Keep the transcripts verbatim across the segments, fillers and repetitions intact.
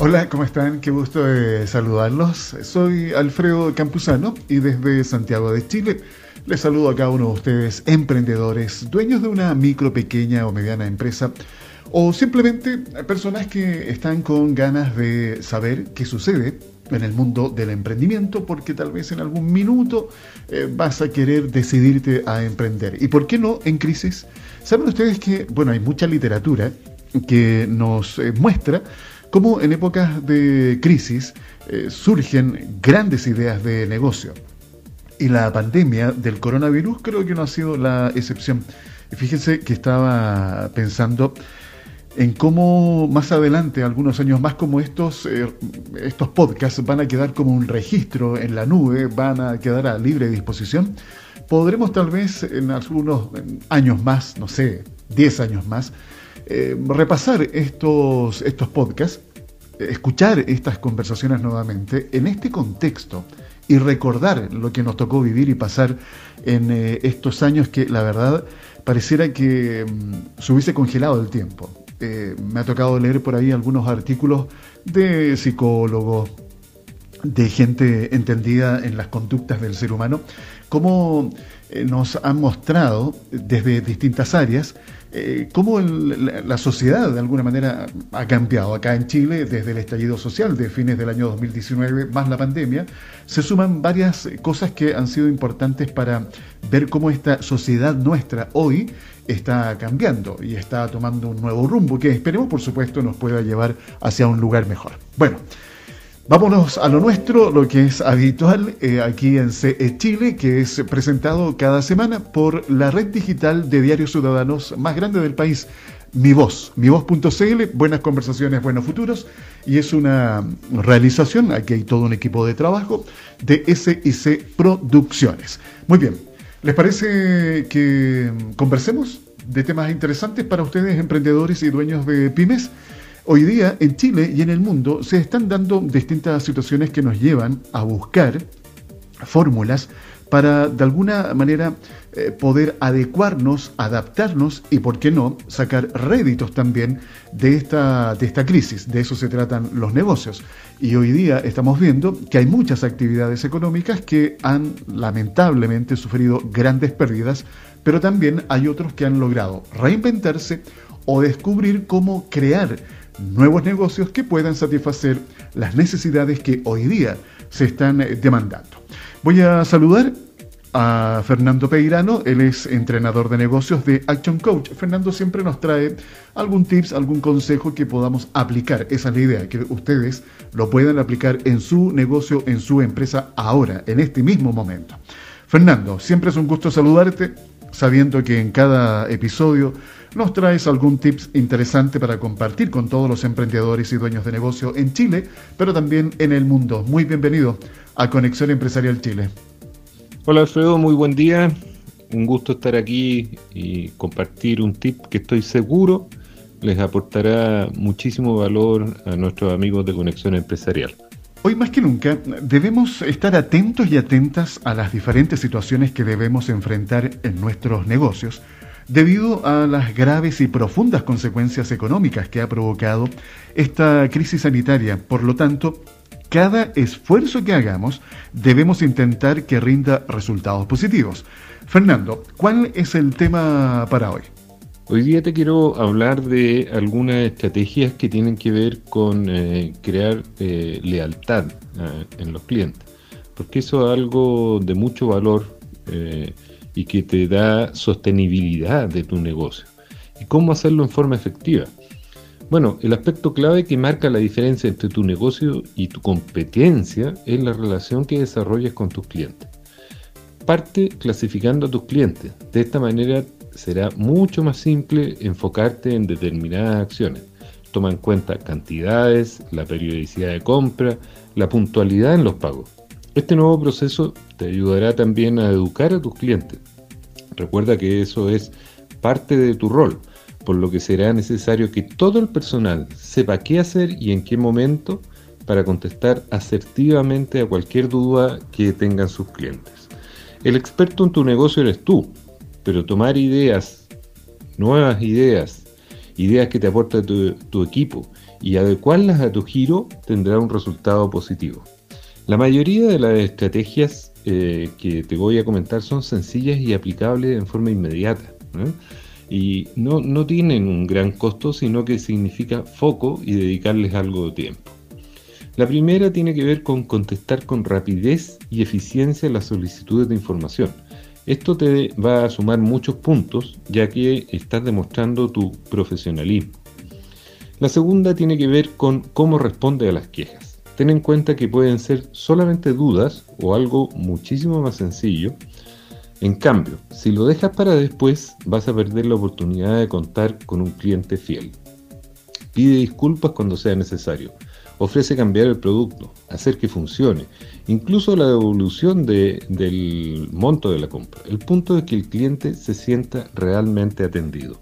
Hola, ¿cómo están? Qué gusto de saludarlos. Soy Alfredo Campuzano y desde Santiago de Chile les saludo a cada uno de ustedes, emprendedores, dueños de una micro, pequeña o mediana empresa, o simplemente personas que están con ganas de saber qué sucede en el mundo del emprendimiento, porque tal vez en algún minuto eh, vas a querer decidirte a emprender. ¿Y por qué no en crisis? Saben ustedes que, bueno, hay mucha literatura que nos eh, muestra cómo en épocas de crisis eh, surgen grandes ideas de negocio. Y la pandemia del coronavirus creo que no ha sido la excepción. Fíjense que estaba pensando en cómo más adelante, algunos años más, como estos, eh, estos podcasts van a quedar como un registro en la nube, van a quedar a libre disposición. Podremos tal vez en algunos años más, no sé, diez años más, eh, repasar estos, estos podcasts, escuchar estas conversaciones nuevamente en este contexto y recordar lo que nos tocó vivir y pasar en eh, estos años que la verdad pareciera que mm, se hubiese congelado el tiempo. Eh, me ha tocado leer por ahí algunos artículos de psicólogos, de gente entendida en las conductas del ser humano, cómo eh, nos han mostrado desde distintas áreas eh, cómo el, la, la sociedad de alguna manera ha cambiado. Acá en Chile, desde el estallido social de fines del año dos mil diecinueve, más la pandemia, se suman varias cosas que han sido importantes para ver cómo esta sociedad nuestra hoy está cambiando y está tomando un nuevo rumbo que esperemos, por supuesto, nos pueda llevar hacia un lugar mejor. Bueno, vámonos a lo nuestro, lo que es habitual eh, aquí en C E Chile, que es presentado cada semana por la red digital de diarios ciudadanos más grande del país, Mi Voz, mi voz punto c l, buenas conversaciones, buenos futuros, y es una realización, aquí hay todo un equipo de trabajo, de S I C Producciones. Muy bien, ¿les parece que conversemos de temas interesantes para ustedes, emprendedores y dueños de pymes? Hoy día en Chile y en el mundo se están dando distintas situaciones que nos llevan a buscar fórmulas para de alguna manera eh, poder adecuarnos, adaptarnos y, por qué no, sacar réditos también de esta, de esta crisis. De eso se tratan los negocios. Y hoy día estamos viendo que hay muchas actividades económicas que han lamentablemente sufrido grandes pérdidas, pero también hay otros que han logrado reinventarse o descubrir cómo crear nuevos negocios que puedan satisfacer las necesidades que hoy día se están demandando. Voy a saludar a Fernando Peirano, él es entrenador de negocios de Action Coach. Fernando siempre nos trae algún tips, algún consejo que podamos aplicar. Esa es la idea, que ustedes lo puedan aplicar en su negocio, en su empresa, ahora, en este mismo momento. Fernando, siempre es un gusto saludarte, sabiendo que en cada episodio nos traes algún tips interesante para compartir con todos los emprendedores y dueños de negocio en Chile, pero también en el mundo. Muy bienvenido a Conexión Empresarial Chile. Hola Alfredo, muy buen día. Un gusto estar aquí y compartir un tip que estoy seguro les aportará muchísimo valor a nuestros amigos de Conexión Empresarial. Hoy más que nunca debemos estar atentos y atentas a las diferentes situaciones que debemos enfrentar en nuestros negocios debido a las graves y profundas consecuencias económicas que ha provocado esta crisis sanitaria. Por lo tanto, cada esfuerzo que hagamos debemos intentar que rinda resultados positivos. Fernando, ¿cuál es el tema para hoy? Hoy día te quiero hablar de algunas estrategias que tienen que ver con eh, crear eh, lealtad eh, en los clientes, porque eso es algo de mucho valor eh, y que te da sostenibilidad de tu negocio. ¿Y cómo hacerlo en forma efectiva? Bueno, el aspecto clave que marca la diferencia entre tu negocio y tu competencia es la relación que desarrollas con tus clientes. Parte clasificando a tus clientes. De esta manera será mucho más simple enfocarte en determinadas acciones. Toma en cuenta cantidades, la periodicidad de compra, la puntualidad en los pagos. Este nuevo proceso te ayudará también a educar a tus clientes. Recuerda que eso es parte de tu rol, por lo que será necesario que todo el personal sepa qué hacer y en qué momento para contestar asertivamente a cualquier duda que tengan sus clientes. El experto en tu negocio eres tú, pero tomar ideas, nuevas ideas ideas que te aporta tu, tu equipo y adecuarlas a tu giro tendrá un resultado positivo. La mayoría de las estrategias eh, que te voy a comentar son sencillas y aplicables en forma inmediata, ¿no? Y no, no tienen un gran costo, sino que significa foco y dedicarles algo de tiempo. La primera tiene que ver con contestar con rapidez y eficiencia las solicitudes de información. Esto te va a sumar muchos puntos, ya que estás demostrando tu profesionalismo. La segunda tiene que ver con cómo responde a las quejas. Ten en cuenta que pueden ser solamente dudas o algo muchísimo más sencillo. En cambio, si lo dejas para después, vas a perder la oportunidad de contar con un cliente fiel. Pide disculpas cuando sea necesario. Ofrece cambiar el producto, hacer que funcione, incluso la devolución de, del monto de la compra. El punto es que el cliente se sienta realmente atendido.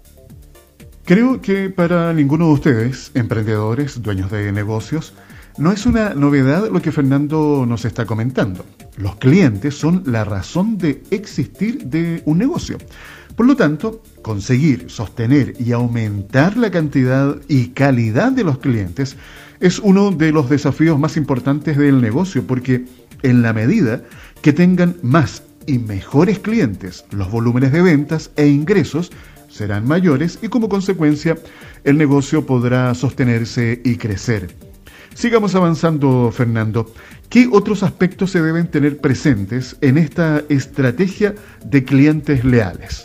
Creo que para ninguno de ustedes, emprendedores, dueños de negocios, no es una novedad lo que Fernando nos está comentando. Los clientes son la razón de existir de un negocio. Por lo tanto, conseguir, sostener y aumentar la cantidad y calidad de los clientes es uno de los desafíos más importantes del negocio, porque en la medida que tengan más y mejores clientes, los volúmenes de ventas e ingresos serán mayores y como consecuencia el negocio podrá sostenerse y crecer. Sigamos avanzando, Fernando. ¿Qué otros aspectos se deben tener presentes en esta estrategia de clientes leales?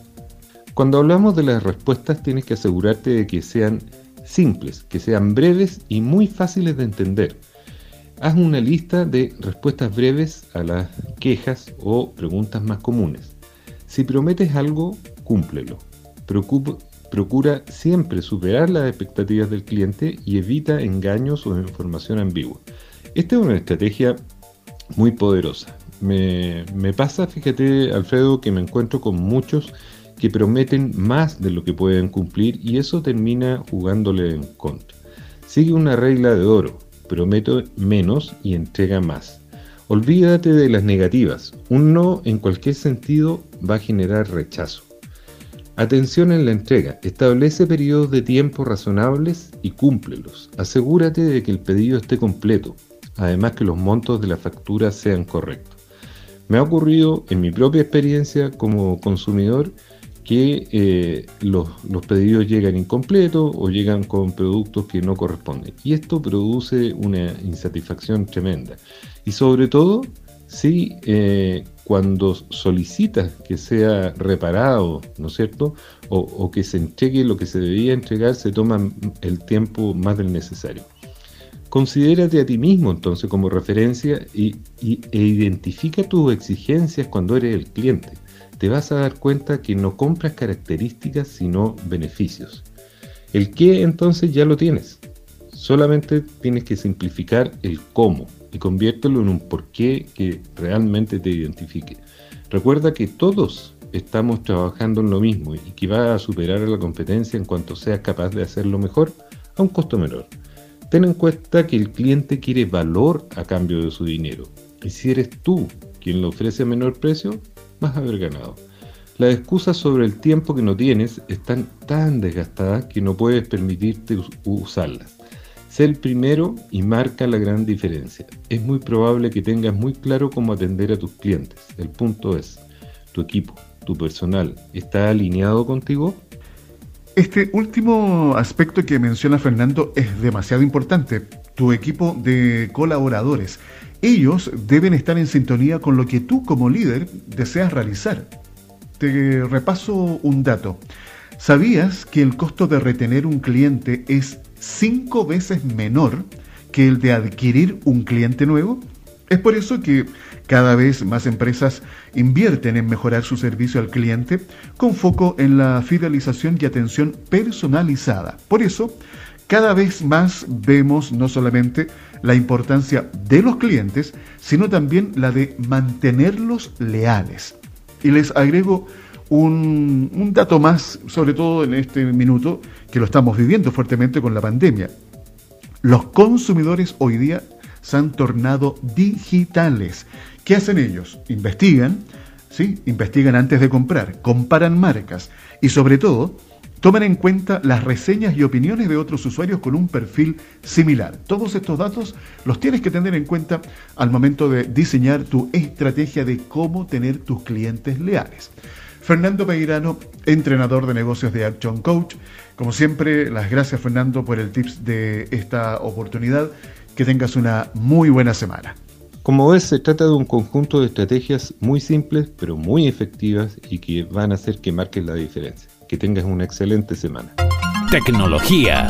Cuando hablamos de las respuestas, tienes que asegurarte de que sean simples, que sean breves y muy fáciles de entender. Haz una lista de respuestas breves a las quejas o preguntas más comunes. Si prometes algo, cúmplelo. Preocupa, procura siempre superar las expectativas del cliente y evita engaños o información ambigua. Esta es una estrategia muy poderosa. Me, me pasa, fíjate, Alfredo, que me encuentro con muchos que prometen más de lo que pueden cumplir y eso termina jugándole en contra. Sigue una regla de oro: promete menos y entrega más. Olvídate de las negativas. Un no en cualquier sentido va a generar rechazo. Atención en la entrega. Establece periodos de tiempo razonables y cúmplelos. Asegúrate de que el pedido esté completo, además que los montos de la factura sean correctos. Me ha ocurrido en mi propia experiencia como consumidor que eh, los, los pedidos llegan incompletos o llegan con productos que no corresponden. Y esto produce una insatisfacción tremenda. Y sobre todo, si eh, cuando solicitas que sea reparado, ¿no es cierto? O, o que se entregue lo que se debía entregar, se toma el tiempo más del necesario. Considérate a ti mismo entonces como referencia y, y, e identifica tus exigencias cuando eres el cliente. Te vas a dar cuenta que no compras características sino beneficios. El qué entonces ya lo tienes. Solamente tienes que simplificar el cómo y conviértelo en un porqué que realmente te identifique. Recuerda que todos estamos trabajando en lo mismo y que vas a superar a la competencia en cuanto seas capaz de hacerlo mejor a un costo menor. Ten en cuenta que el cliente quiere valor a cambio de su dinero y si eres tú quien le ofrece a menor precio, vas a haber ganado. Las excusas sobre el tiempo que no tienes están tan desgastadas que no puedes permitirte usarlas. Sé el primero y marca la gran diferencia. Es muy probable que tengas muy claro cómo atender a tus clientes. El punto es, ¿tu equipo, tu personal, está alineado contigo? Este último aspecto que menciona Fernando es demasiado importante. Tu equipo de colaboradores. Ellos deben estar en sintonía con lo que tú como líder deseas realizar. Te repaso un dato. ¿Sabías que el costo de retener un cliente es cinco veces menor que el de adquirir un cliente nuevo? Es por eso que cada vez más empresas invierten en mejorar su servicio al cliente con foco en la fidelización y atención personalizada. Por eso, cada vez más vemos no solamente la importancia de los clientes, sino también la de mantenerlos leales. Y les agrego un, un dato más, sobre todo en este minuto que lo estamos viviendo fuertemente con la pandemia. Los consumidores hoy día se han tornado digitales. ¿Qué hacen ellos? Investigan, ¿sí? Investigan antes de comprar, comparan marcas y sobre todo toman en cuenta las reseñas y opiniones de otros usuarios con un perfil similar. Todos estos datos los tienes que tener en cuenta al momento de diseñar tu estrategia de cómo tener tus clientes leales. Fernando Peirano, entrenador de negocios de Action Coach. Como siempre, las gracias, Fernando, por el tips de esta oportunidad. Que tengas una muy buena semana. Como ves, se trata de un conjunto de estrategias muy simples, pero muy efectivas y que van a hacer que marques la diferencia. Que tengas una excelente semana. Tecnología.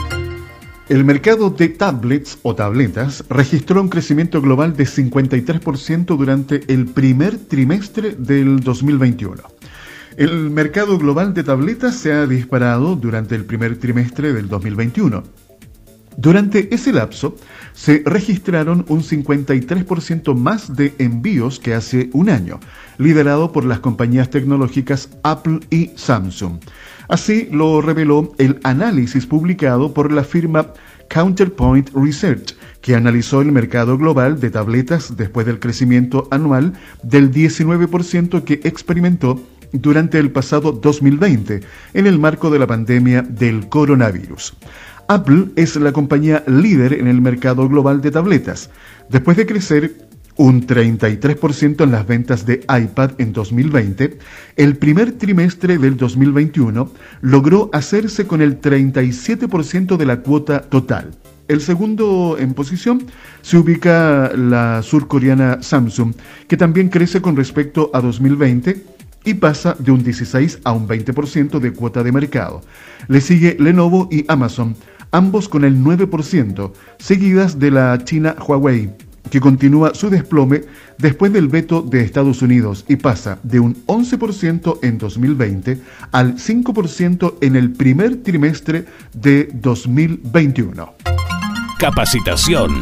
El mercado de tablets o tabletas registró un crecimiento global de cincuenta y tres por ciento durante el primer trimestre del dos mil veintiuno. El mercado global de tabletas se ha disparado durante el primer trimestre del dos mil veintiuno. Durante ese lapso, se registraron un cincuenta y tres por ciento más de envíos que hace un año, liderado por las compañías tecnológicas Apple y Samsung. Así lo reveló el análisis publicado por la firma Counterpoint Research, que analizó el mercado global de tabletas después del crecimiento anual del diecinueve por ciento que experimentó durante el pasado dos mil veinte, en el marco de la pandemia del coronavirus. Apple es la compañía líder en el mercado global de tabletas, después de crecer un treinta y tres por ciento en las ventas de iPad en dos mil veinte, el primer trimestre del dos mil veintiuno logró hacerse con el treinta y siete por ciento de la cuota total. El segundo en posición se ubica la surcoreana Samsung, que también crece con respecto a dos mil veinte y pasa de un dieciséis a un veinte por ciento de cuota de mercado. Le sigue Lenovo y Amazon, ambos con el nueve por ciento, seguidas de la china Huawei, que continúa su desplome después del veto de Estados Unidos y pasa de un once por ciento en dos mil veinte al cinco por ciento en el primer trimestre de dos mil veintiuno. Capacitación.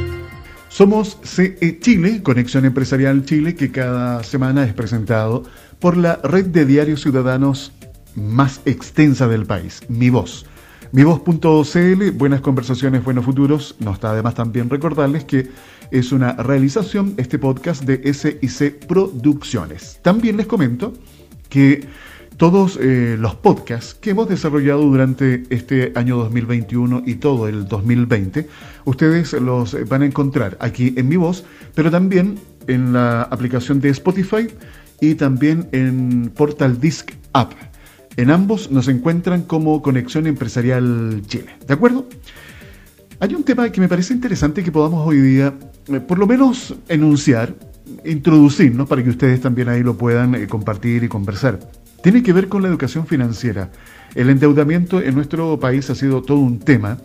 Somos C E Chile, Conexión Empresarial Chile, que cada semana es presentado por la red de diarios ciudadanos más extensa del país, Mi Voz. Mi Voz punto c l, buenas conversaciones, buenos futuros. Nos está además también recordarles que es una realización, este podcast, de S I C Producciones. También les comento que todos eh, los podcasts que hemos desarrollado durante este año dos mil veintiuno y todo el dos mil veinte, ustedes los van a encontrar aquí en Mi Voz, pero también en la aplicación de Spotify y también en Portal Disc App. En ambos nos encuentran como Conexión Empresarial Chile. ¿De acuerdo? Hay un tema que me parece interesante que podamos hoy día, eh, por lo menos, enunciar, introducirnos para que ustedes también ahí lo puedan eh, compartir y conversar. Tiene que ver con la educación financiera. El endeudamiento en nuestro país ha sido todo un tema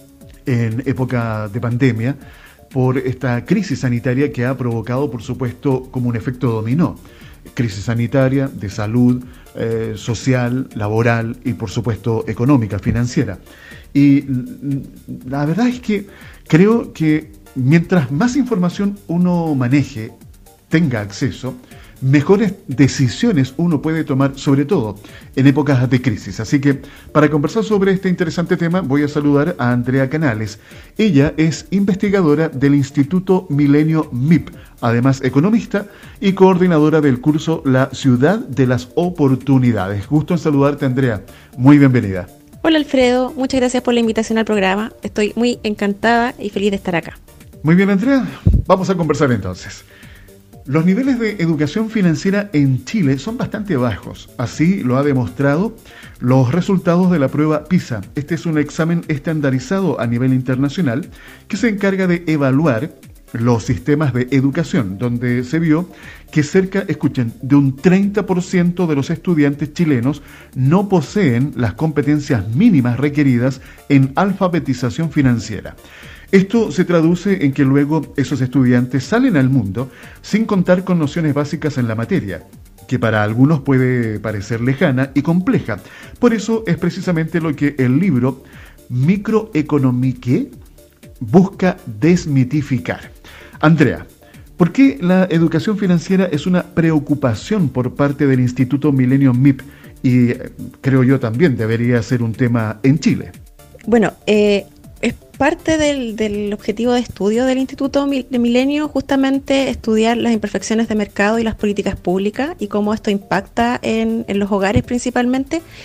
en época de pandemia por esta crisis sanitaria que ha provocado, por supuesto, como un efecto dominó. Crisis sanitaria, de salud, eh, social, laboral y, por supuesto, económica, financiera. Y la verdad es que creo que mientras más información uno maneje, tenga acceso, mejores decisiones uno puede tomar, sobre todo en épocas de crisis. Así que para conversar sobre este interesante tema voy a saludar a Andrea Canales. Ella es investigadora del Instituto Milenio M I P, además economista y coordinadora del curso La Ciudad de las Oportunidades. Gusto en saludarte, Andrea. Muy bienvenida. Hola, Alfredo. Muchas gracias por la invitación al programa. Estoy muy encantada y feliz de estar acá. Muy bien, Andrea. Vamos a conversar entonces. Los niveles de educación financiera en Chile son bastante bajos. Así lo ha demostrado los resultados de la prueba PISA. Este es un examen estandarizado a nivel internacional que se encarga de evaluar los sistemas de educación, donde se vio que cerca, escuchen, de un treinta por ciento de los estudiantes chilenos no poseen las competencias mínimas requeridas en alfabetización financiera. Esto se traduce en que luego esos estudiantes salen al mundo sin contar con nociones básicas en la materia, que para algunos puede parecer lejana y compleja. Por eso es precisamente lo que el libro Microeconomique busca desmitificar. Andrea, ¿por qué la educación financiera es una preocupación por parte del Instituto Milenio M I P? Y creo yo también debería ser un tema en Chile. Bueno, eh... es parte del, del objetivo de estudio del Instituto de Milenio justamente estudiar las imperfecciones de mercado y las políticas públicas y cómo esto impacta en, en los hogares principalmente.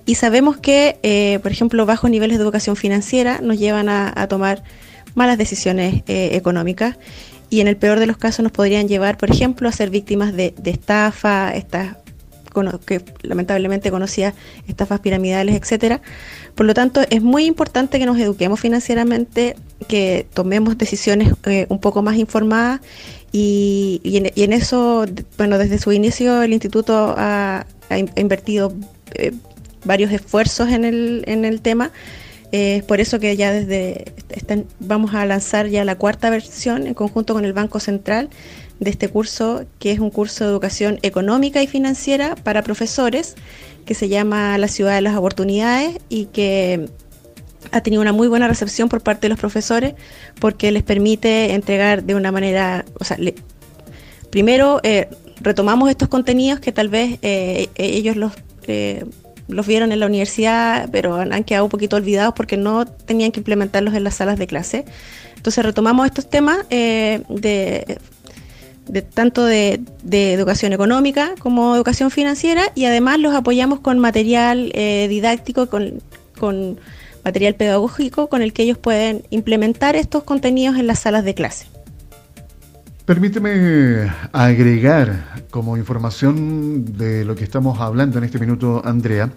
Y sabemos que, eh, por ejemplo, bajos niveles de educación financiera nos llevan a, a tomar malas decisiones eh, económicas, y en el peor de los casos nos podrían llevar, por ejemplo, a ser víctimas de, de estafa, estas que lamentablemente conocía estafas piramidales, etcétera. Por lo tanto, es muy importante que nos eduquemos financieramente, que tomemos decisiones eh, un poco más informadas, y, y, en, y en eso, bueno, desde su inicio el instituto ha, ha invertido eh, varios esfuerzos en el, en el tema. Eh, es por eso que ya desde están, vamos a lanzar ya la cuarta versión en conjunto con el Banco Central de este curso, que es un curso de educación económica y financiera para profesores, que se llama La Ciudad de las Oportunidades, y que ha tenido una muy buena recepción por parte de los profesores, porque les permite entregar de una manera, o sea, le, primero eh, retomamos estos contenidos que tal vez eh, ellos los eh, los vieron en la universidad, pero han, han quedado un poquito olvidados porque no tenían que implementarlos en las salas de clase. Entonces retomamos estos temas eh, de, de tanto de, de educación económica como educación financiera, y además los apoyamos con material eh, didáctico, con, con material pedagógico con el que ellos pueden implementar estos contenidos en las salas de clase. Permíteme agregar como información de lo que estamos hablando en este minuto, Andrea,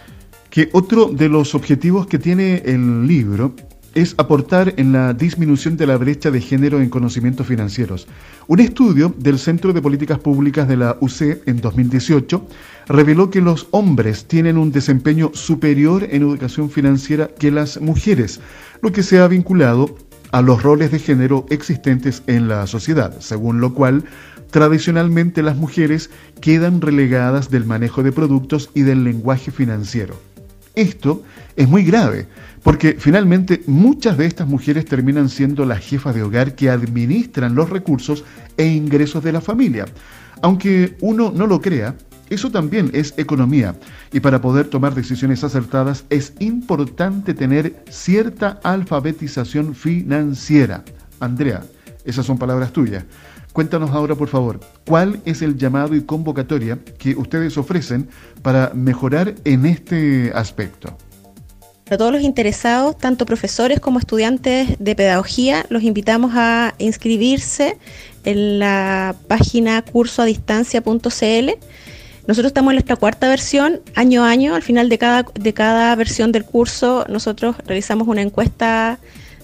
que otro de los objetivos que tiene el libro es aportar en la disminución de la brecha de género en conocimientos financieros. Un estudio del Centro de Políticas Públicas de la U C en dos mil dieciocho reveló que los hombres tienen un desempeño superior en educación financiera que las mujeres, lo que se ha vinculado a los roles de género existentes en la sociedad, según lo cual tradicionalmente las mujeres quedan relegadas del manejo de productos y del lenguaje financiero. Esto es muy grave, porque finalmente muchas de estas mujeres terminan siendo las jefas de hogar que administran los recursos e ingresos de la familia. Aunque uno no lo crea, eso también es economía, y para poder tomar decisiones acertadas es importante tener cierta alfabetización financiera. Andrea, esas son palabras tuyas. Cuéntanos ahora, por favor, ¿cuál es el llamado y convocatoria que ustedes ofrecen para mejorar en este aspecto? Para todos los interesados, tanto profesores como estudiantes de pedagogía, los invitamos a inscribirse en la página curso a distancia punto c l. Nosotros estamos en nuestra cuarta versión, año a año, al final de cada, de cada versión del curso, nosotros realizamos una encuesta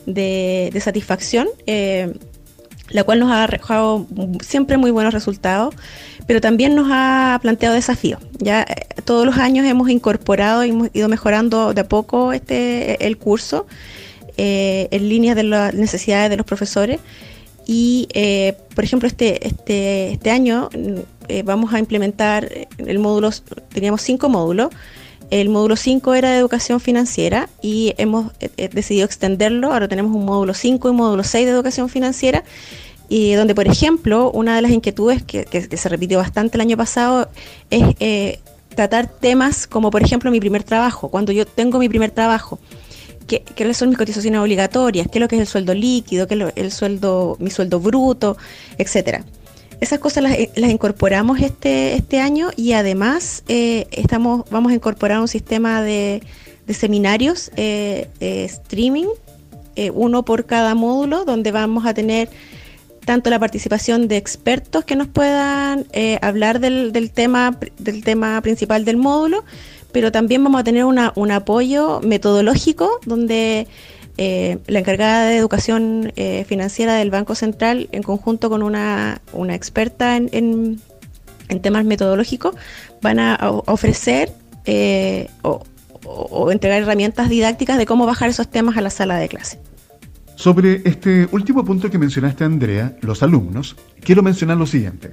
de, de satisfacción, eh, la cual nos ha arrojado siempre muy buenos resultados, pero también nos ha planteado desafíos. Ya eh, todos los años hemos incorporado y hemos ido mejorando de a poco este el curso eh, en línea de las necesidades de los profesores. Y, eh, por ejemplo, este, este, este año eh, vamos a implementar el módulo, teníamos cinco módulos. El módulo cinco era de educación financiera y hemos eh, decidido extenderlo. Ahora tenemos un módulo cinco y un módulo seis de educación financiera, y donde, por ejemplo, una de las inquietudes que, que, que se repitió bastante el año pasado es eh, tratar temas como, por ejemplo, mi primer trabajo. Cuando yo tengo mi primer trabajo, ¿Qué, ¿Qué son mis cotizaciones obligatorias? ¿Qué es lo que es el sueldo líquido? ¿Qué es lo, el sueldo, mi sueldo bruto? Etcétera. Esas cosas las, las incorporamos este, este año, y además eh, estamos, vamos a incorporar un sistema de, de seminarios eh, eh, streaming, eh, uno por cada módulo, donde vamos a tener tanto la participación de expertos que nos puedan eh, hablar del, del, tema, del tema principal del módulo, pero también vamos a tener una, un apoyo metodológico donde eh, la encargada de educación eh, financiera del Banco Central, en conjunto con una, una experta en, en, en temas metodológicos, van a, a ofrecer eh, o, o, o entregar herramientas didácticas de cómo bajar esos temas a la sala de clase. Sobre este último punto que mencionaste, Andrea, los alumnos, quiero mencionar lo siguiente.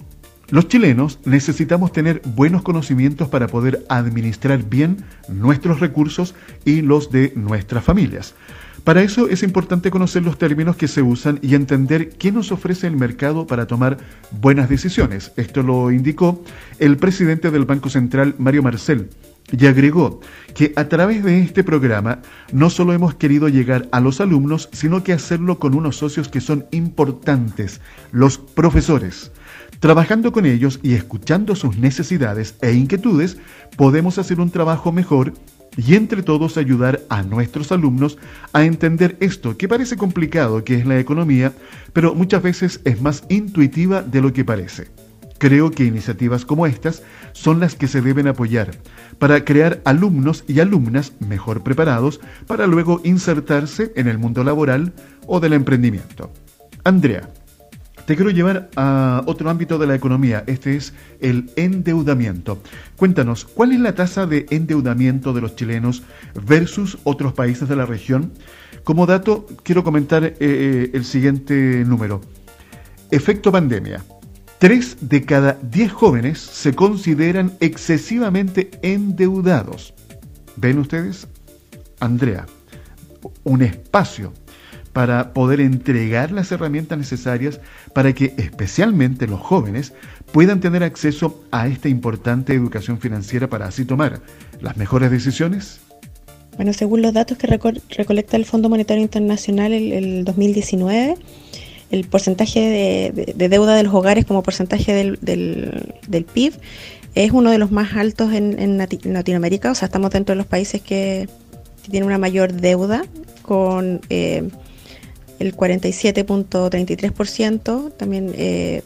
Los chilenos necesitamos tener buenos conocimientos para poder administrar bien nuestros recursos y los de nuestras familias. Para eso es importante conocer los términos que se usan y entender qué nos ofrece el mercado para tomar buenas decisiones. Esto lo indicó el presidente del Banco Central, Mario Marcel, y agregó que a través de este programa no solo hemos querido llegar a los alumnos, sino que hacerlo con unos socios que son importantes, los profesores. Trabajando con ellos y escuchando sus necesidades e inquietudes, podemos hacer un trabajo mejor y entre todos ayudar a nuestros alumnos a entender esto que parece complicado, que es la economía, pero muchas veces es más intuitiva de lo que parece. Creo que iniciativas como estas son las que se deben apoyar para crear alumnos y alumnas mejor preparados para luego insertarse en el mundo laboral o del emprendimiento. Andrea, te quiero llevar a otro ámbito de la economía, este es el endeudamiento. Cuéntanos, ¿cuál es la tasa de endeudamiento de los chilenos versus otros países de la región? Como dato, quiero comentar eh, el siguiente número. Efecto pandemia. Tres de cada diez jóvenes se consideran excesivamente endeudados. ¿Ven ustedes? Andrea, un espacio para poder entregar las herramientas necesarias para que especialmente los jóvenes puedan tener acceso a esta importante educación financiera para así tomar las mejores decisiones. Bueno, según los datos que reco- recolecta el Fondo Monetario Internacional el, el dos mil diecinueve, el porcentaje de, de, de deuda de los hogares como porcentaje del, del, del P I B es uno de los más altos en, en, Nati- en Latinoamérica, o sea, estamos dentro de los países que, que tienen una mayor deuda con... Eh, el cuarenta y siete punto treinta y tres por ciento también. Eh,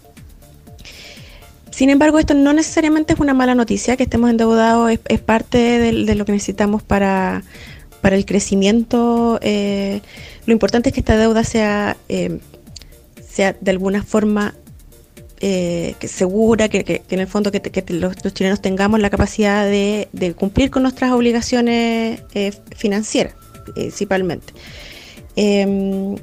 sin embargo, esto no necesariamente es una mala noticia, que estemos endeudados es, es parte de, de lo que necesitamos para, para el crecimiento. Eh, lo importante es que esta deuda sea, eh, sea de alguna forma eh, que segura, que, que, que en el fondo que, que los, los chilenos tengamos la capacidad de, de cumplir con nuestras obligaciones eh, financieras, principalmente. Eh,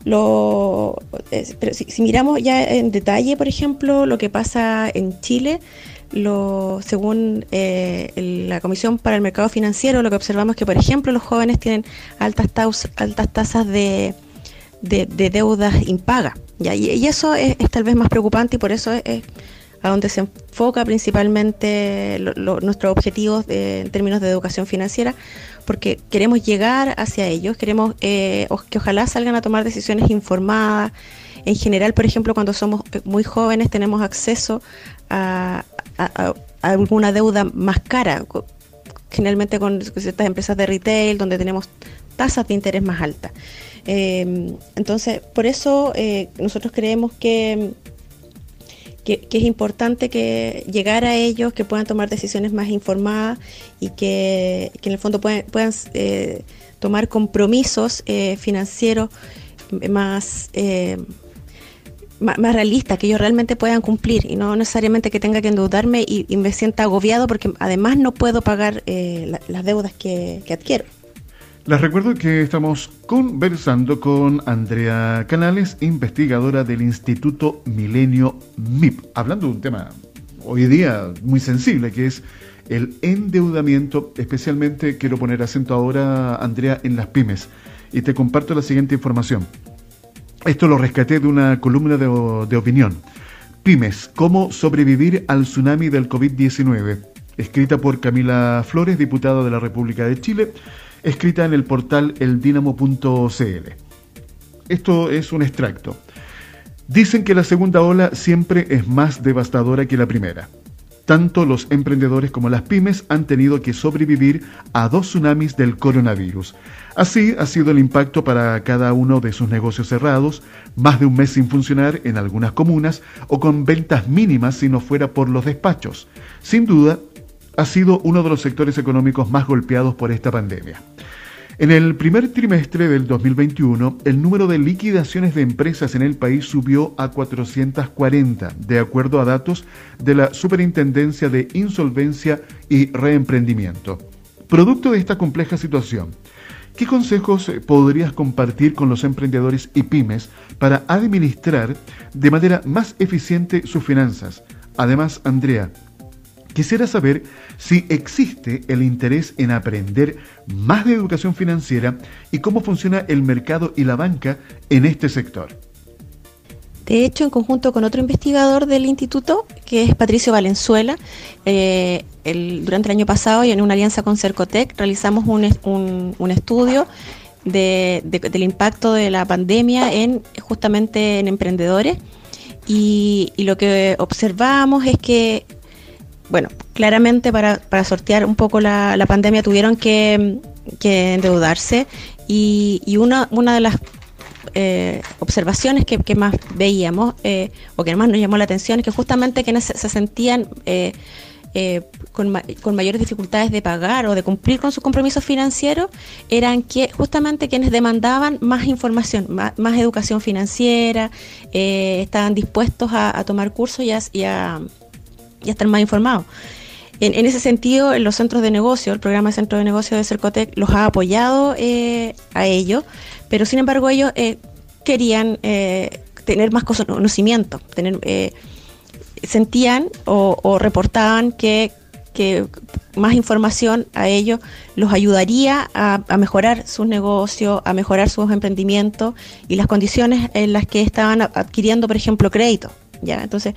Lo, eh, pero si, si miramos ya en detalle, por ejemplo, lo que pasa en Chile, lo, según eh, el, la Comisión para el Mercado Financiero, lo que observamos es que, por ejemplo, los jóvenes tienen altas, taus, altas tasas de, de, de deudas impagas, ¿ya? Y, y eso es, es tal vez más preocupante, y por eso es, es a donde se enfoca principalmente lo, lo, nuestros objetivos de, en términos de educación financiera, porque queremos llegar hacia ellos, queremos eh, que ojalá salgan a tomar decisiones informadas. En general, por ejemplo, cuando somos muy jóvenes tenemos acceso a, a, a, a alguna deuda más cara, generalmente con ciertas empresas de retail, donde tenemos tasas de interés más altas. Eh, entonces, por eso eh, nosotros creemos que Que, que es importante que llegar a ellos, que puedan tomar decisiones más informadas y que, que en el fondo puedan, puedan eh, tomar compromisos eh, financieros más, eh, más, más realistas, que ellos realmente puedan cumplir y no necesariamente que tenga que endeudarme y, y me sienta agobiado porque además no puedo pagar eh, la, las deudas que, que adquiero. Les recuerdo que estamos conversando con Andrea Canales, investigadora del Instituto Milenio M I P, hablando de un tema hoy día muy sensible, que es el endeudamiento. Especialmente quiero poner acento ahora, Andrea, en las pymes. Y te comparto la siguiente información. Esto lo rescaté de una columna de, de opinión. Pymes, ¿cómo sobrevivir al tsunami del COVID diecinueve? Escrita por Camila Flores, diputada de la República de Chile, escrita en el portal el dinamo punto c l. Esto es un extracto. Dicen que la segunda ola siempre es más devastadora que la primera. Tanto los emprendedores como las pymes han tenido que sobrevivir a dos tsunamis del coronavirus. Así ha sido el impacto para cada uno de sus negocios cerrados, más de un mes sin funcionar en algunas comunas o con ventas mínimas si no fuera por los despachos. Sin duda, ha sido uno de los sectores económicos más golpeados por esta pandemia. En el primer trimestre del dos mil veintiuno, el número de liquidaciones de empresas en el país subió a cuatrocientas cuarenta, de acuerdo a datos de la Superintendencia de Insolvencia y Reemprendimiento. Producto de esta compleja situación, ¿qué consejos podrías compartir con los emprendedores y pymes para administrar de manera más eficiente sus finanzas? Además, Andrea, quisiera saber si existe el interés en aprender más de educación financiera y cómo funciona el mercado y la banca en este sector. De hecho, en conjunto con otro investigador del instituto, que es Patricio Valenzuela, eh, el, durante el año pasado y en una alianza con Cercotec realizamos un, un, un estudio de, de, del impacto de la pandemia en justamente en emprendedores. y, y lo que observamos es que, bueno, claramente para, para sortear un poco la, la pandemia tuvieron que, que endeudarse y, y una, una de las eh, observaciones que, que más veíamos eh, o que más nos llamó la atención es que justamente quienes se, se sentían eh, eh, con, ma- con mayores dificultades de pagar o de cumplir con sus compromisos financieros eran que justamente quienes demandaban más información, más, más educación financiera, eh, estaban dispuestos a, a tomar cursos y a, y a y estar más informados. En, en ese sentido, en los centros de negocio, el programa de centro de negocio de Cercotec los ha apoyado eh, a ellos, pero sin embargo ellos eh, querían eh, tener más conocimiento, tener, eh, sentían o, o reportaban que, que más información a ellos los ayudaría a, a mejorar sus negocios, a mejorar sus emprendimientos y las condiciones en las que estaban adquiriendo, por ejemplo, crédito. ¿Ya? Entonces,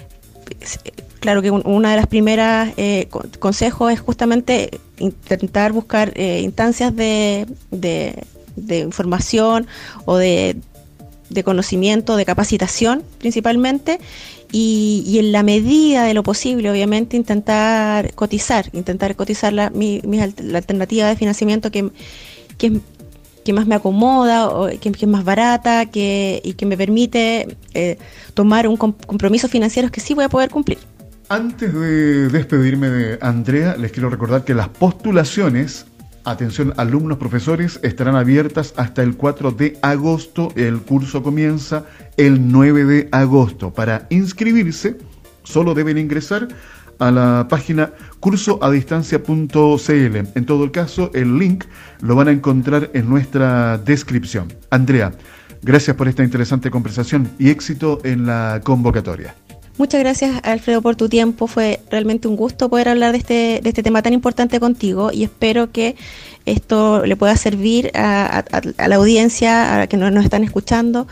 claro que una de las primeras eh, consejos es justamente intentar buscar eh, instancias de, de, de información o de, de conocimiento, de capacitación principalmente, y, y en la medida de lo posible, obviamente, intentar cotizar, intentar cotizar la, mi, mi, la alternativa de financiamiento que, que, que más me acomoda, o que, que es más barata que, y que me permite eh, tomar un compromiso financiero que sí voy a poder cumplir. Antes de despedirme de Andrea, les quiero recordar que las postulaciones, atención alumnos, profesores, estarán abiertas hasta el cuatro de agosto. El curso comienza el nueve de agosto. Para inscribirse, solo deben ingresar a la página curso a distancia punto c l. En todo el caso, el link lo van a encontrar en nuestra descripción. Andrea, gracias por esta interesante conversación y éxito en la convocatoria. Muchas gracias, Alfredo, por tu tiempo. Fue realmente un gusto poder hablar de este, de este tema tan importante contigo y espero que esto le pueda servir a, a, a la audiencia, a que nos, nos están escuchando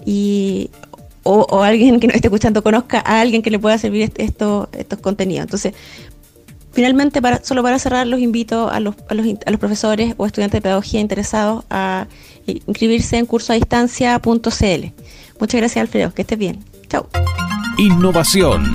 y o, o alguien que nos esté escuchando conozca a alguien que le pueda servir este, esto, estos contenidos. Entonces, finalmente, para, solo para cerrar, los invito a los, a los, a los profesores o estudiantes de pedagogía interesados a inscribirse en curso a distancia punto c l. Muchas gracias, Alfredo. Que estés bien. Chao. Innovación.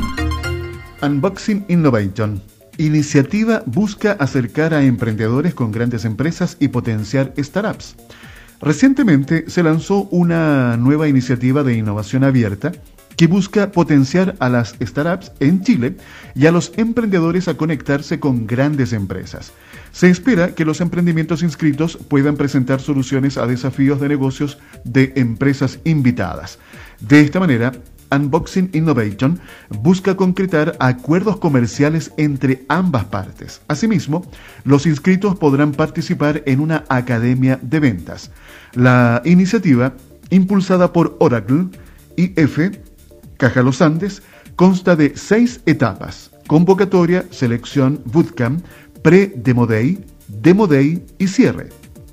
Unboxing Innovation. Iniciativa busca acercar a emprendedores con grandes empresas y potenciar startups. Recientemente se lanzó una nueva iniciativa de innovación abierta que busca potenciar a las startups en Chile y a los emprendedores a conectarse con grandes empresas. Se espera que los emprendimientos inscritos puedan presentar soluciones a desafíos de negocios de empresas invitadas. De esta manera, Unboxing Innovation busca concretar acuerdos comerciales entre ambas partes. Asimismo, los inscritos podrán participar en una academia de ventas. La iniciativa, impulsada por Oracle, I F, Caja Los Andes, consta de seis etapas: convocatoria, selección, bootcamp, pre-demo day, demo day y cierre.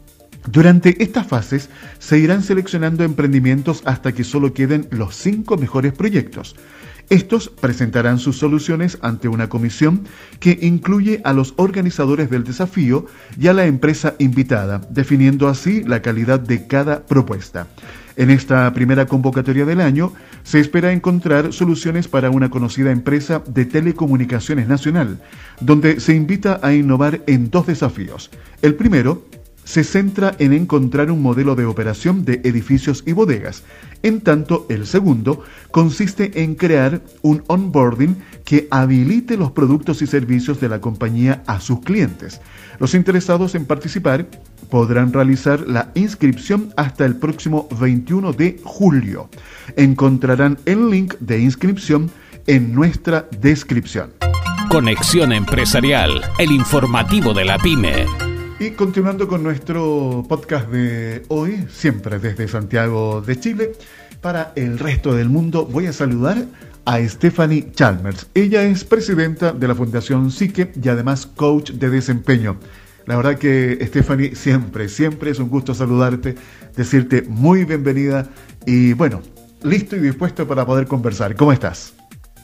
Durante estas fases se irán seleccionando emprendimientos hasta que solo queden los cinco mejores proyectos. Estos presentarán sus soluciones ante una comisión que incluye a los organizadores del desafío y a la empresa invitada, definiendo así la calidad de cada propuesta. En esta primera convocatoria del año se espera encontrar soluciones para una conocida empresa de telecomunicaciones nacional, donde se invita a innovar en dos desafíos. El primero se centra en encontrar un modelo de operación de edificios y bodegas, en tanto el segundo consiste en crear un onboarding que habilite los productos y servicios de la compañía a sus clientes. Los interesados en participar podrán realizar la inscripción hasta el próximo veintiuno de julio. Encontrarán el link de inscripción en nuestra descripción. Conexión Empresarial, el informativo de la pyme. Y continuando con nuestro podcast de hoy, siempre desde Santiago de Chile, para el resto del mundo, voy a saludar a Stephanie Chalmers. Ella es presidenta de la Fundación Psique y además coach de desempeño. La verdad que, Stephanie, siempre, siempre es un gusto saludarte, decirte muy bienvenida y bueno, listo y dispuesto para poder conversar. ¿Cómo estás?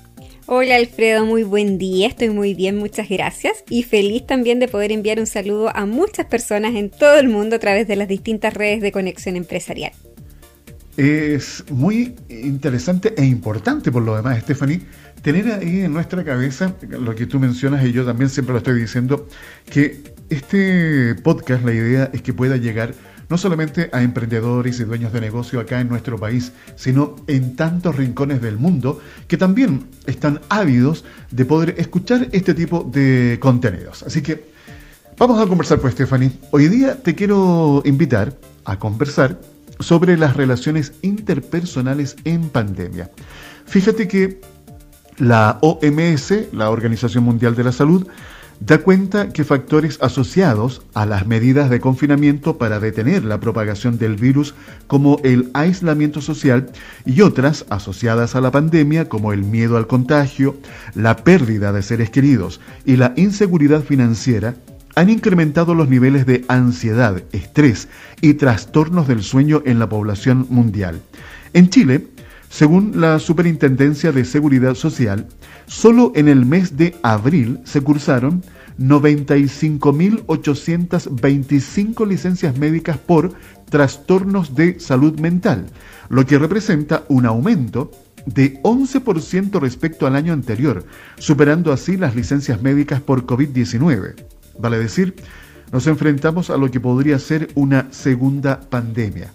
Hola Alfredo, muy buen día, estoy muy bien, muchas gracias y feliz también de poder enviar un saludo a muchas personas en todo el mundo a través de las distintas redes de Conexión Empresarial. Es muy interesante e importante por lo demás, Stephanie, tener ahí en nuestra cabeza lo que tú mencionas, y yo también siempre lo estoy diciendo, que este podcast, la idea es que pueda llegar no solamente a emprendedores y dueños de negocio acá en nuestro país, sino en tantos rincones del mundo que también están ávidos de poder escuchar este tipo de contenidos. Así que vamos a conversar pues, Stephanie. Hoy día te quiero invitar a conversar sobre las relaciones interpersonales en pandemia. Fíjate que la O M S, la Organización Mundial de la Salud, da cuenta que factores asociados a las medidas de confinamiento para detener la propagación del virus, como el aislamiento social, y otras asociadas a la pandemia, como el miedo al contagio, la pérdida de seres queridos y la inseguridad financiera, han incrementado los niveles de ansiedad, estrés y trastornos del sueño en la población mundial. En Chile, según la Superintendencia de Seguridad Social, solo en el mes de abril se cursaron noventa y cinco mil ochocientas veinticinco licencias médicas por trastornos de salud mental, lo que representa un aumento de once por ciento respecto al año anterior, superando así las licencias médicas por COVID diecinueve. Vale decir, nos enfrentamos a lo que podría ser una segunda pandemia.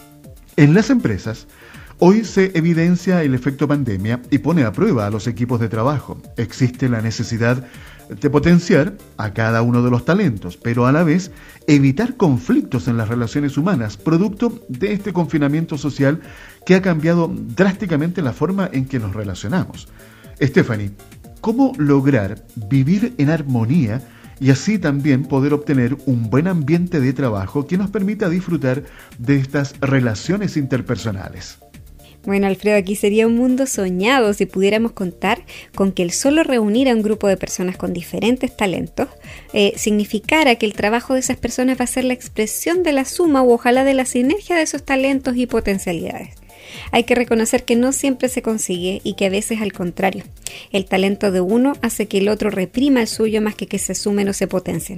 En las empresas, hoy se evidencia el efecto pandemia y pone a prueba a los equipos de trabajo. Existe la necesidad de potenciar a cada uno de los talentos, pero a la vez evitar conflictos en las relaciones humanas, producto de este confinamiento social que ha cambiado drásticamente la forma en que nos relacionamos. Stephanie, ¿cómo lograr vivir en armonía y así también poder obtener un buen ambiente de trabajo que nos permita disfrutar de estas relaciones interpersonales? Bueno, Alfredo, aquí sería un mundo soñado si pudiéramos contar con que el solo reunir a un grupo de personas con diferentes talentos eh, significara que el trabajo de esas personas va a ser la expresión de la suma o ojalá de la sinergia de esos talentos y potencialidades. Hay que reconocer que no siempre se consigue y que a veces al contrario. El talento de uno hace que el otro reprima el suyo más que que se sumen o se potencien.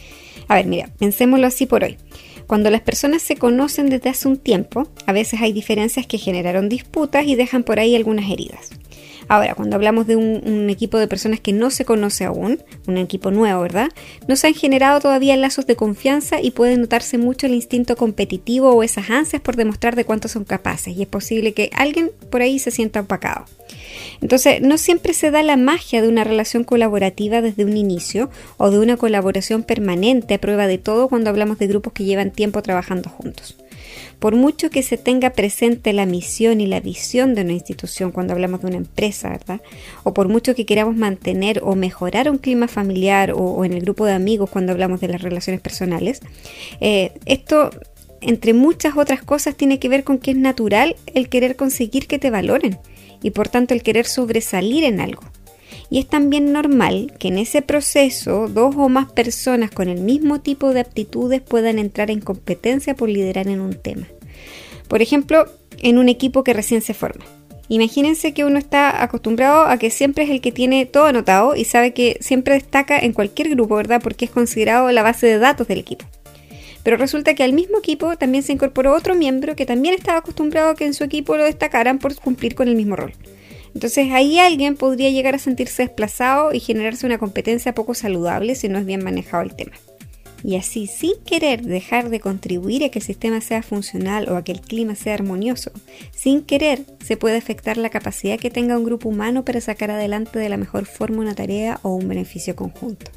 A ver, mira, pensémoslo así por hoy. Cuando las personas se conocen desde hace un tiempo, a veces hay diferencias que generaron disputas y dejan por ahí algunas heridas. Ahora, cuando hablamos de un, un equipo de personas que no se conoce aún, un equipo nuevo, ¿verdad? No se han generado todavía lazos de confianza y puede notarse mucho el instinto competitivo o esas ansias por demostrar de cuánto son capaces y es posible que alguien por ahí se sienta opacado. Entonces, no siempre se da la magia de una relación colaborativa desde un inicio o de una colaboración permanente a prueba de todo cuando hablamos de grupos que llevan tiempo trabajando juntos. Por mucho que se tenga presente la misión y la visión de una institución cuando hablamos de una empresa, ¿verdad? O por mucho que queramos mantener o mejorar un clima familiar o, o en el grupo de amigos cuando hablamos de las relaciones personales, eh, esto, entre muchas otras cosas, tiene que ver con que es natural el querer conseguir que te valoren y por tanto el querer sobresalir en algo. Y es también normal que en ese proceso dos o más personas con el mismo tipo de aptitudes puedan entrar en competencia por liderar en un tema. Por ejemplo, en un equipo que recién se forma. Imagínense que uno está acostumbrado a que siempre es el que tiene todo anotado y sabe que siempre destaca en cualquier grupo, ¿verdad? Porque es considerado la base de datos del equipo. Pero resulta que al mismo equipo también se incorporó otro miembro que también estaba acostumbrado a que en su equipo lo destacaran por cumplir con el mismo rol. Entonces ahí alguien podría llegar a sentirse desplazado y generarse una competencia poco saludable si no es bien manejado el tema. Y así, sin querer dejar de contribuir a que el sistema sea funcional o a que el clima sea armonioso, sin querer se puede afectar la capacidad que tenga un grupo humano para sacar adelante de la mejor forma una tarea o un beneficio conjunto.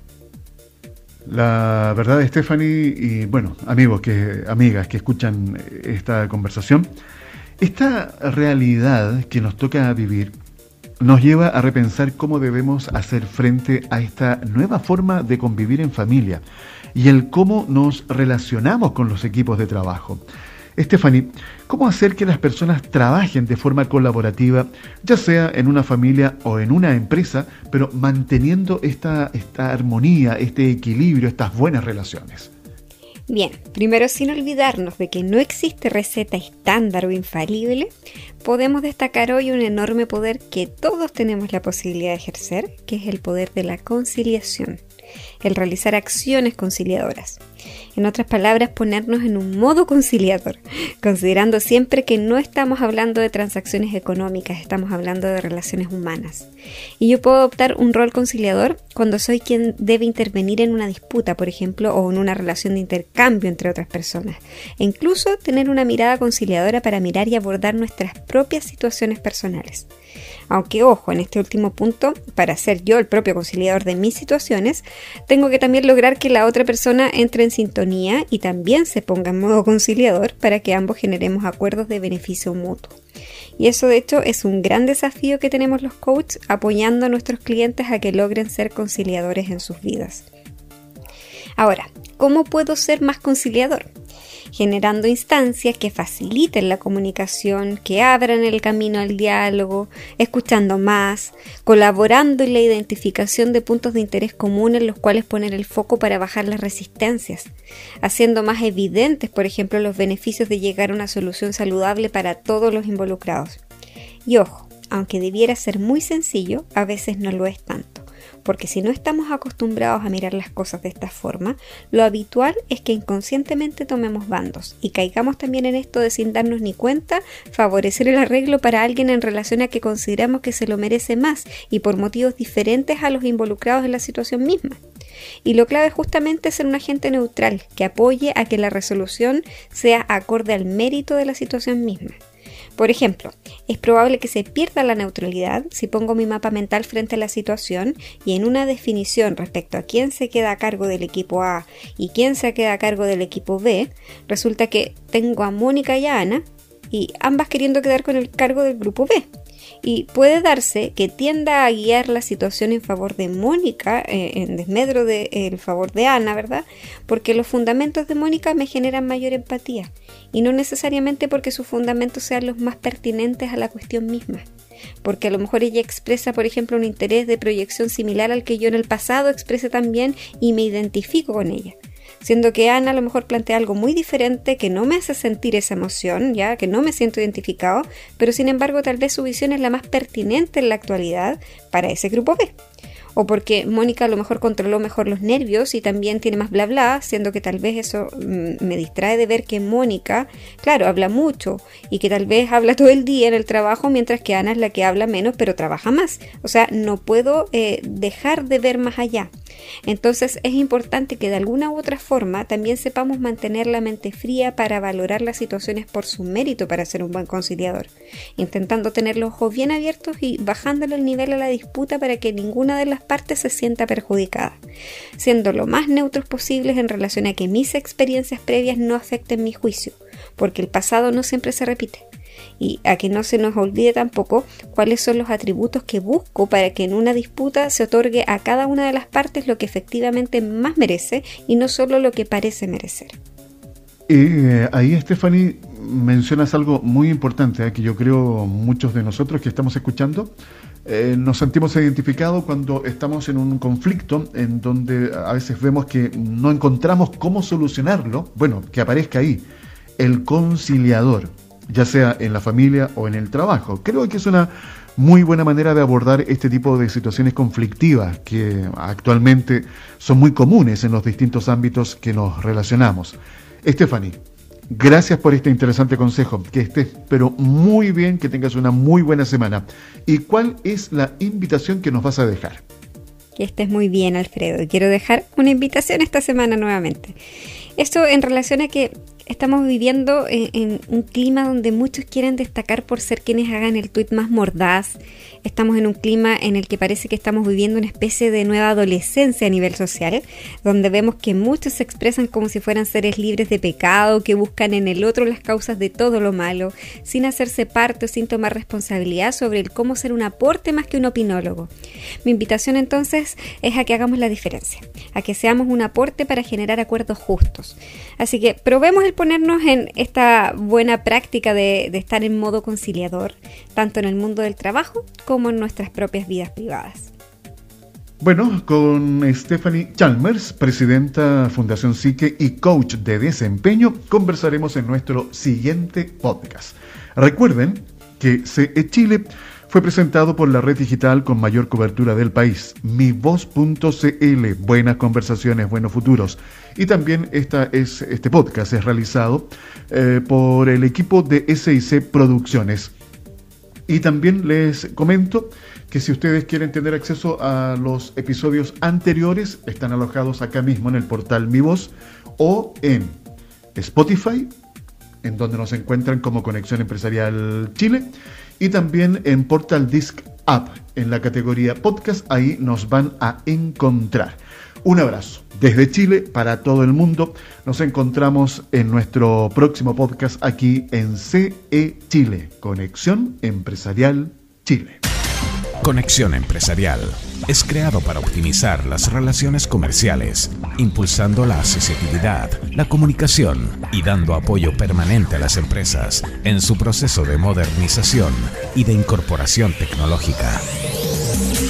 La verdad, Stephanie, y bueno, amigos, que, amigas que escuchan esta conversación, esta realidad que nos toca vivir nos lleva a repensar cómo debemos hacer frente a esta nueva forma de convivir en familia y el cómo nos relacionamos con los equipos de trabajo. Stephanie, ¿cómo hacer que las personas trabajen de forma colaborativa, ya sea en una familia o en una empresa, pero manteniendo esta, esta armonía, este equilibrio, estas buenas relaciones? Bien, primero, sin olvidarnos de que no existe receta estándar o infalible, podemos destacar hoy un enorme poder que todos tenemos la posibilidad de ejercer, que es el poder de la conciliación, el realizar acciones conciliadoras. En otras palabras, ponernos en un modo conciliador, considerando siempre que no estamos hablando de transacciones económicas, estamos hablando de relaciones humanas. Y yo puedo adoptar un rol conciliador cuando soy quien debe intervenir en una disputa, por ejemplo, o en una relación de intercambio entre otras personas. E incluso tener una mirada conciliadora para mirar y abordar nuestras propias situaciones personales. Aunque, ojo, en este último punto, para ser yo el propio conciliador de mis situaciones, tengo que también lograr que la otra persona entre en sintonía y también se ponga en modo conciliador para que ambos generemos acuerdos de beneficio mutuo. Y eso, de hecho, es un gran desafío que tenemos los coaches, apoyando a nuestros clientes a que logren ser conciliadores en sus vidas. Ahora, ¿cómo puedo ser más conciliador? Generando instancias que faciliten la comunicación, que abran el camino al diálogo, escuchando más, colaborando en la identificación de puntos de interés común en los cuales poner el foco para bajar las resistencias, haciendo más evidentes, por ejemplo, los beneficios de llegar a una solución saludable para todos los involucrados. Y ojo, aunque debiera ser muy sencillo, a veces no lo es tanto. Porque si no estamos acostumbrados a mirar las cosas de esta forma, lo habitual es que inconscientemente tomemos bandos y caigamos también en esto de, sin darnos ni cuenta, favorecer el arreglo para alguien en relación a que consideramos que se lo merece más y por motivos diferentes a los involucrados en la situación misma. Y lo clave es justamente ser un agente neutral que apoye a que la resolución sea acorde al mérito de la situación misma. Por ejemplo, es probable que se pierda la neutralidad si pongo mi mapa mental frente a la situación y en una definición respecto a quién se queda a cargo del equipo A y quién se queda a cargo del equipo B, resulta que tengo a Mónica y a Ana y ambas queriendo quedar con el cargo del grupo B. Y puede darse que tienda a guiar la situación en favor de Mónica, eh, en desmedro del de, eh, favor de Ana, ¿verdad? Porque los fundamentos de Mónica me generan mayor empatía y no necesariamente porque sus fundamentos sean los más pertinentes a la cuestión misma. Porque a lo mejor ella expresa, por ejemplo, un interés de proyección similar al que yo en el pasado expresé también y me identifico con ella. Siendo que Ana a lo mejor plantea algo muy diferente que no me hace sentir esa emoción, ya que no me siento identificado, pero sin embargo tal vez su visión es la más pertinente en la actualidad para ese grupo B. O porque Mónica a lo mejor controló mejor los nervios y también tiene más bla bla, siendo que tal vez eso mm, me distrae de ver que Mónica, claro, habla mucho y que tal vez habla todo el día en el trabajo, mientras que Ana es la que habla menos pero trabaja más. O sea, no puedo eh, dejar de ver más allá. Entonces es importante que de alguna u otra forma también sepamos mantener la mente fría para valorar las situaciones por su mérito para ser un buen conciliador, intentando tener los ojos bien abiertos y bajándole el nivel a la disputa para que ninguna de las partes se sienta perjudicada, siendo lo más neutros posibles en relación a que mis experiencias previas no afecten mi juicio, porque el pasado no siempre se repite. Y a que no se nos olvide tampoco cuáles son los atributos que busco para que en una disputa se otorgue a cada una de las partes lo que efectivamente más merece y no solo lo que parece merecer. Eh, ahí, Stephanie, mencionas algo muy importante, ¿eh? que yo creo muchos de nosotros que estamos escuchando eh, nos sentimos identificados cuando estamos en un conflicto en donde a veces vemos que no encontramos cómo solucionarlo. Bueno, que aparezca ahí el conciliador, ya sea en la familia o en el trabajo. Creo que es una muy buena manera de abordar este tipo de situaciones conflictivas que actualmente son muy comunes en los distintos ámbitos que nos relacionamos. Stephanie, gracias por este interesante consejo. Que estés pero muy bien, que tengas una muy buena semana. ¿Y cuál es la invitación que nos vas a dejar? Que estés muy bien, Alfredo. Quiero dejar una invitación esta semana nuevamente. Esto en relación a que estamos viviendo en, en un clima donde muchos quieren destacar por ser quienes hagan el tuit más mordaz. Estamos en un clima en el que parece que estamos viviendo una especie de nueva adolescencia a nivel social, donde vemos que muchos se expresan como si fueran seres libres de pecado, que buscan en el otro las causas de todo lo malo, sin hacerse parte o sin tomar responsabilidad sobre el cómo ser un aporte más que un opinólogo. Mi invitación entonces es a que hagamos la diferencia, a que seamos un aporte para generar acuerdos justos. Así que probemos el ponernos en esta buena práctica de, de estar en modo conciliador, tanto en el mundo del trabajo como en nuestras propias vidas privadas. Bueno, con Stephanie Chalmers, presidenta Fundación Psique y coach de desempeño, conversaremos en nuestro siguiente podcast. Recuerden que C E Chile Fue presentado por la red digital con mayor cobertura del país, mi voz punto c l, buenas conversaciones, buenos futuros. Y también esta es, este podcast es realizado eh, por el equipo de S I C Producciones. Y también les comento que si ustedes quieren tener acceso a los episodios anteriores, están alojados acá mismo en el portal Mi Voz o en Spotify, en donde nos encuentran como Conexión Empresarial Chile, y también en Portal Disc App, en la categoría podcast, ahí nos van a encontrar. Un abrazo desde Chile para todo el mundo. Nos encontramos en nuestro próximo podcast aquí en C E Chile, Conexión Empresarial Chile. Conexión Empresarial es creado para optimizar las relaciones comerciales, impulsando la accesibilidad, la comunicación y dando apoyo permanente a las empresas en su proceso de modernización y de incorporación tecnológica.